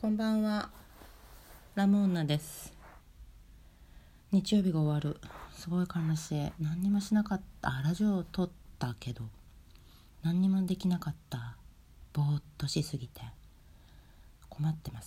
こんばんは、ラモーナです。日曜日が終わる。すごい悲しい。何にもしなかった。ラジオを撮ったけど何にもできなかった。ぼーっとしすぎて困ってます。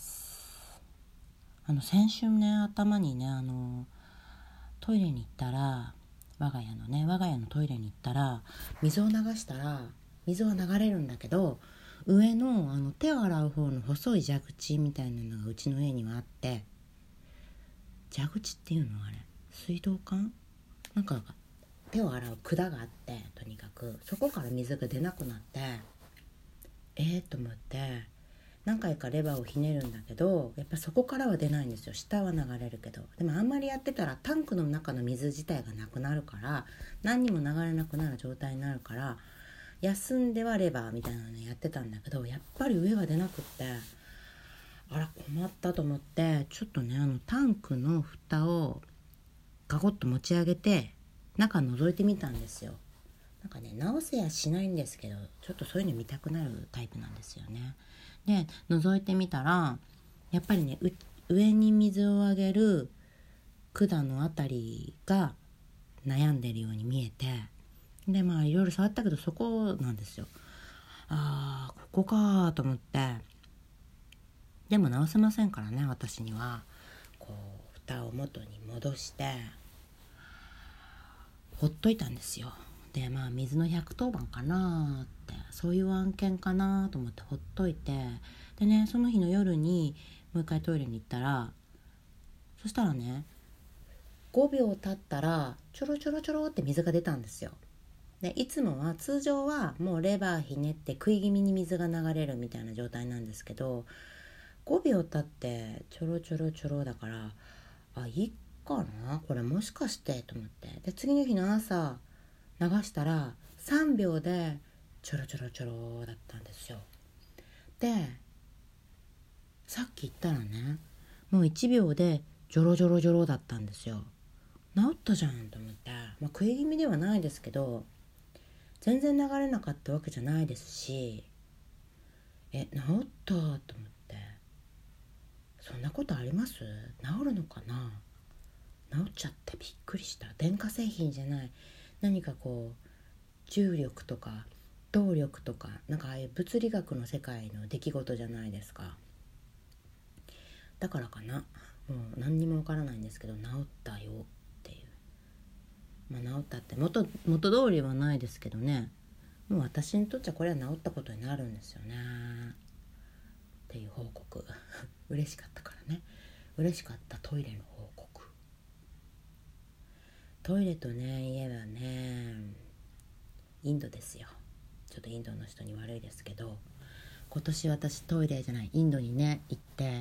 先週ね、頭にね、トイレに行ったら、我が家のトイレに行ったら、水を流したら水は流れるんだけど、上の手を洗う方の細い蛇口みたいなのがうちの家にはあって、蛇口っていうの、あれ水道管なんか手を洗う管があって、とにかくそこから水が出なくなって、と思って何回かレバーをひねるんだけど、やっぱそこからは出ないんですよ。下は流れるけど。でもあんまりやってたらタンクの中の水自体がなくなるから、何にも流れなくなる状態になるから、休んではレバーみたいなのやってたんだけど、やっぱり上は出なくって、あら困ったと思って、ちょっとね、タンクの蓋をガコッと持ち上げて中覗いてみたんですよ。なんかね、直せやしないんですけど、ちょっとそういうの見たくなるタイプなんですよね。で、覗いてみたら、やっぱりね、上に水をあげる管のあたりが悩んでるように見えて、でいろいろ触ったけど、そこなんですよ。ここかと思って。でも直せませんからね、私には。こう蓋を元に戻してほっといたんですよ。で水の110番かなって、そういう案件かなと思ってほっといて、でね、その日の夜にもう一回トイレに行ったら、そしたらね、5秒経ったらちょろちょろちょろって水が出たんですよ。で通常はもうレバーひねって食い気味に水が流れるみたいな状態なんですけど、5秒経ってちょろちょろちょろだから、いいかなこれ、もしかしてと思って、で次の日の朝流したら3秒でちょろちょろちょろだったんですよ。でさっき言ったらね、もう1秒でジョロジョロジョロだったんですよ。治ったじゃんと思って、食い気味ではないですけど、全然流れなかったわけじゃないですし、治ったと思って、そんなことあります？治るのかな？治っちゃってびっくりした。電化製品じゃない、何かこう重力とか動力とか、なんかああいう物理学の世界の出来事じゃないですか。だからかな、もう何にもわからないんですけど、治ったよっていう、治ったって元通りはないですけどね、もう私にとっちゃこれは治ったことになるんですよねっていう報告嬉しかったからね。嬉しかった。トイレの報告。トイレとね、家はね、インドですよ。ちょっとインドの人に悪いですけど、今年私インドにね行って、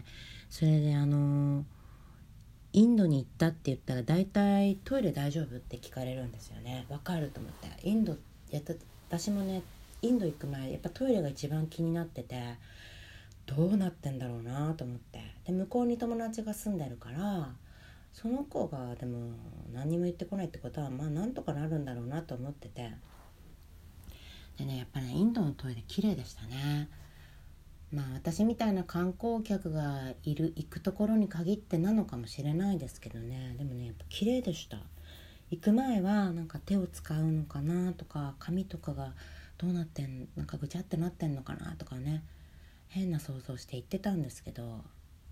それでインドに行ったって言ったら、大体トイレ大丈夫って聞かれるんですよね。わかると思って。私もね、インド行く前やっぱトイレが一番気になってて、どうなってんだろうなと思って。で向こうに友達が住んでるから、その子がでも何にも言ってこないってことは、なんとかなるんだろうなと思ってて、でね、やっぱりインドのトイレ綺麗でしたね。私みたいな観光客が行くところに限ってなのかもしれないですけどね、でもね、やっぱ綺麗でした。行く前はなんか手を使うのかなとか、髪とかがどうなってなんかぐちゃってなってんのかなとかね、変な想像して行ってたんですけど、も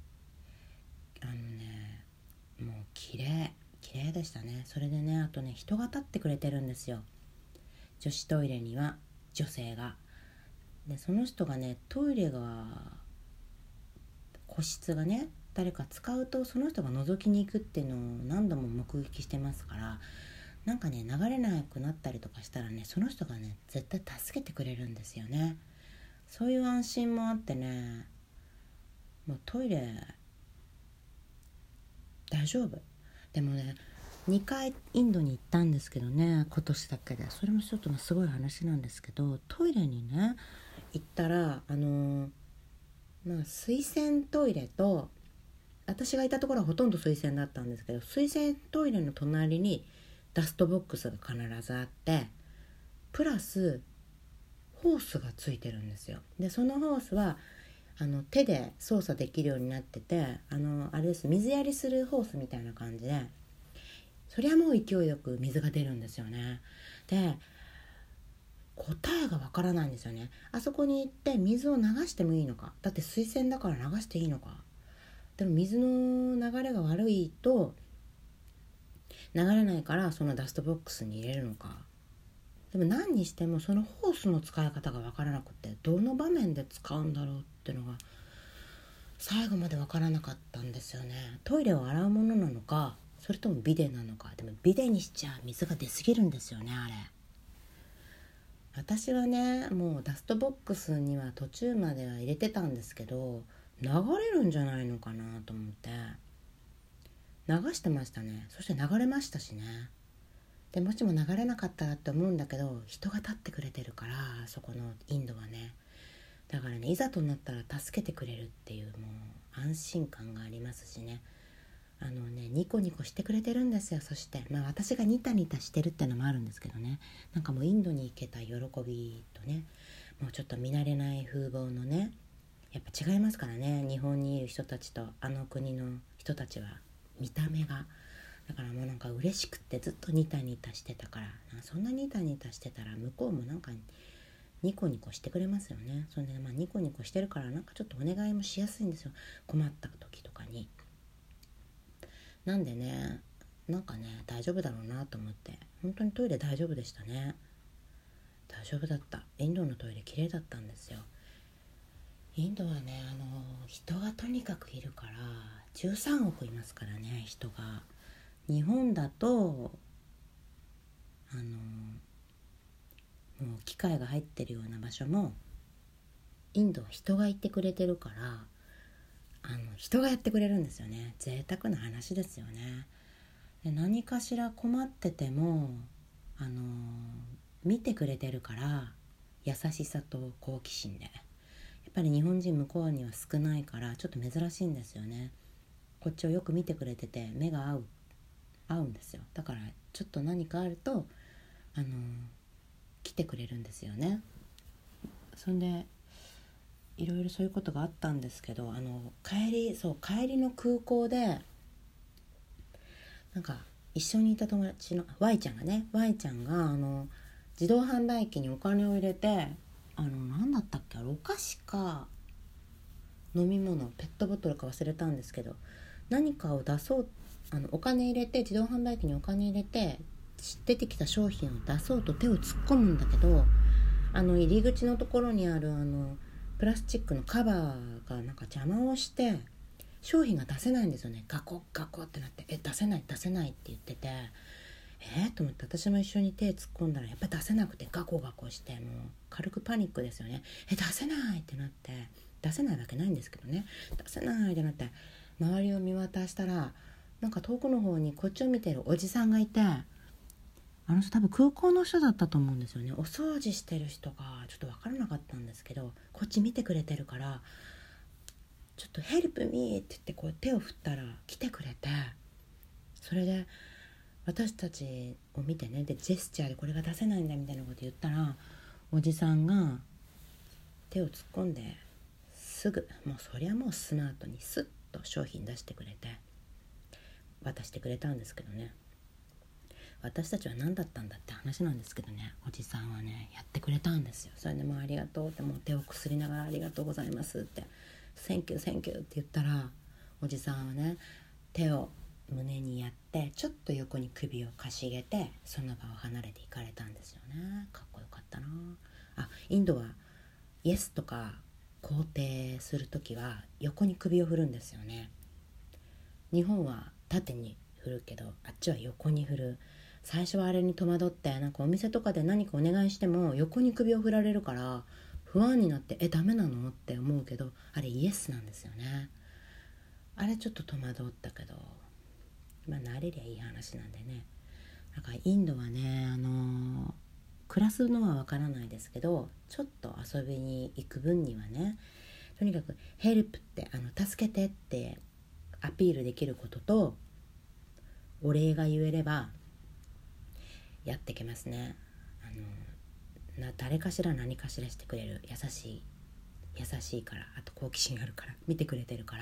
う綺麗でしたね。それでね、あとね、人が立ってくれてるんですよ、女子トイレには。女性が。でその人がね、トイレが個室がね、誰か使うとその人が覗きに行くっていうのを何度も目撃してますから、なんかね、流れなくなったりとかしたらね、その人がね絶対助けてくれるんですよね。そういう安心もあってね、もうトイレ大丈夫。でもね、2回インドに行ったんですけどね、今年だけで。それもちょっとすごい話なんですけど、トイレにね行ったら、水洗トイレと、私がいたところはほとんど水洗だったんですけど、水洗トイレの隣にダストボックスが必ずあって、プラスホースがついてるんですよ。でそのホースは手で操作できるようになってて、あれです、水やりするホースみたいな感じで、そりゃもう勢いよく水が出るんですよね。で、答えがわからないんですよね。あそこに行って水を流してもいいのか、だって水洗だから流していいのか、でも水の流れが悪いと流れないからそのダストボックスに入れるのか、でも何にしてもそのホースの使い方がわからなくて、どの場面で使うんだろうっていうのが最後までわからなかったんですよね。トイレを洗うものなのか、それともビデなのか。でもビデにしちゃ水が出すぎるんですよね、あれ。私はね、もうダストボックスには途中までは入れてたんですけど、流れるんじゃないのかなと思って流してましたね。そして流れましたしね。でもしも流れなかったらって思うんだけど、人が立ってくれてるから、そこのインドはね、だからね、いざとなったら助けてくれるっていう、もう安心感がありますしね。ニコニコしてくれてるんですよ。そして私がニタニタしてるってのもあるんですけどね、なんかもうインドに行けた喜びとね、もうちょっと見慣れない風貌のね、やっぱ違いますからね、日本にいる人たちとあの国の人たちは見た目が。だからもうなんか嬉しくってずっとニタニタしてたから、そんなニタニタしてたら向こうもなんかニコニコしてくれますよね。それでニコニコしてるからなんかちょっとお願いもしやすいんですよ、困った時とかに。なんでね、なんかね、大丈夫だろうなと思って、本当にトイレ大丈夫でしたね。大丈夫だった。インドのトイレ綺麗だったんですよ。インドはね、人がとにかくいるから、13億いますからね、人が。日本だともう機械が入ってるような場所も、インドは人がいてくれてるから、人がやってくれるんですよね。贅沢な話ですよね。で、何かしら困ってても見てくれてるから、優しさと好奇心で。やっぱり日本人向こうには少ないから、ちょっと珍しいんですよね。こっちをよく見てくれてて、目が合うんですよ。だからちょっと何かあると来てくれるんですよね。そんでいろいろそういうことがあったんですけど、帰りの空港でなんか一緒にいた友達の Y ちゃんが自動販売機にお金を入れて、何だったっけ、お菓子か飲み物、ペットボトルか忘れたんですけど、何かを出そう、お金入れて、自動販売機にお金入れて出てきた商品を出そうと手を突っ込むんだけど、入り口のところにあるプラスチックのカバーがなんか邪魔をして商品が出せないんですよね。ガコガコってなって、出せないって言ってて、と思って私も一緒に手突っ込んだら、やっぱり出せなくてガコガコして、もう軽くパニックですよね。出せないってなって、出せないわけないんですけどね、出せないってなって周りを見渡したら、なんか遠くの方にこっちを見てるおじさんがいて、あの人多分空港の人だったと思うんですよね。お掃除してる人かちょっと分からなかったんですけど、こっち見てくれてるから、ちょっとヘルプミーって言ってこう手を振ったら来てくれて、それで私たちを見てね、でジェスチャーでこれが出せないんだみたいなこと言ったら、おじさんが手を突っ込んですぐ、もうそりゃもうスマートにスッと商品出してくれて渡してくれたんですけどね。私たちは何だったんだって話なんですけどね、おじさんはねやってくれたんですよ。それでもうありがとうって、もう手をこすりながらありがとうございますって、センキューって言ったら、おじさんはね手を胸にやってちょっと横に首をかしげてその場を離れていかれたんですよね。かっこよかったな。インドはイエスとか肯定するときは横に首を振るんですよね。日本は縦に振るけど、あっちは横に振る。最初はあれに戸惑って、なんかお店とかで何かお願いしても横に首を振られるから不安になって、ダメなのって思うけど、あれイエスなんですよね。あれちょっと戸惑ったけど、慣れりゃいい話なんでね。なんかインドはね、暮らすのはわからないですけど、ちょっと遊びに行く分にはね、とにかくヘルプって助けてってアピールできることと、お礼が言えればやってけますね。誰かしら何かしらしてくれる優しい優しいから、あと好奇心あるから、見てくれてるから、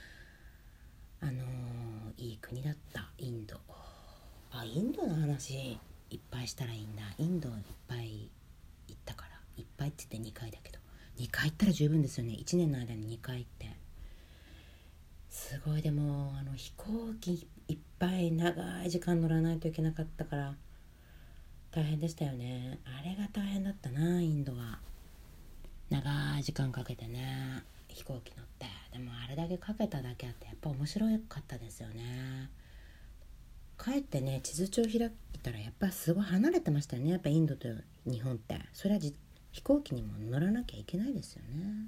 いい国だった。インド。インドの話いっぱいしたらいいんだ。インドいっぱい行ったから。いっぱいって言って2回だけど、2回行ったら十分ですよね。1年の間に2回行ってすごい。でも飛行機いっぱい長い時間乗らないといけなかったから大変でしたよね。あれが大変だったな、インドは。長い時間かけてね、飛行機乗って。でもあれだけかけただけあってやっぱ面白かったですよね。帰ってね、地図帳開いたらやっぱすごい離れてましたよね。やっぱインドと日本って、それは飛行機にも乗らなきゃいけないですよね。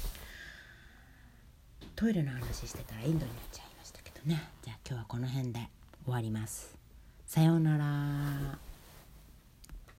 トイレの話してたらインドになっちゃいましたけどね。じゃあ今日はこの辺で終わります。さようなら。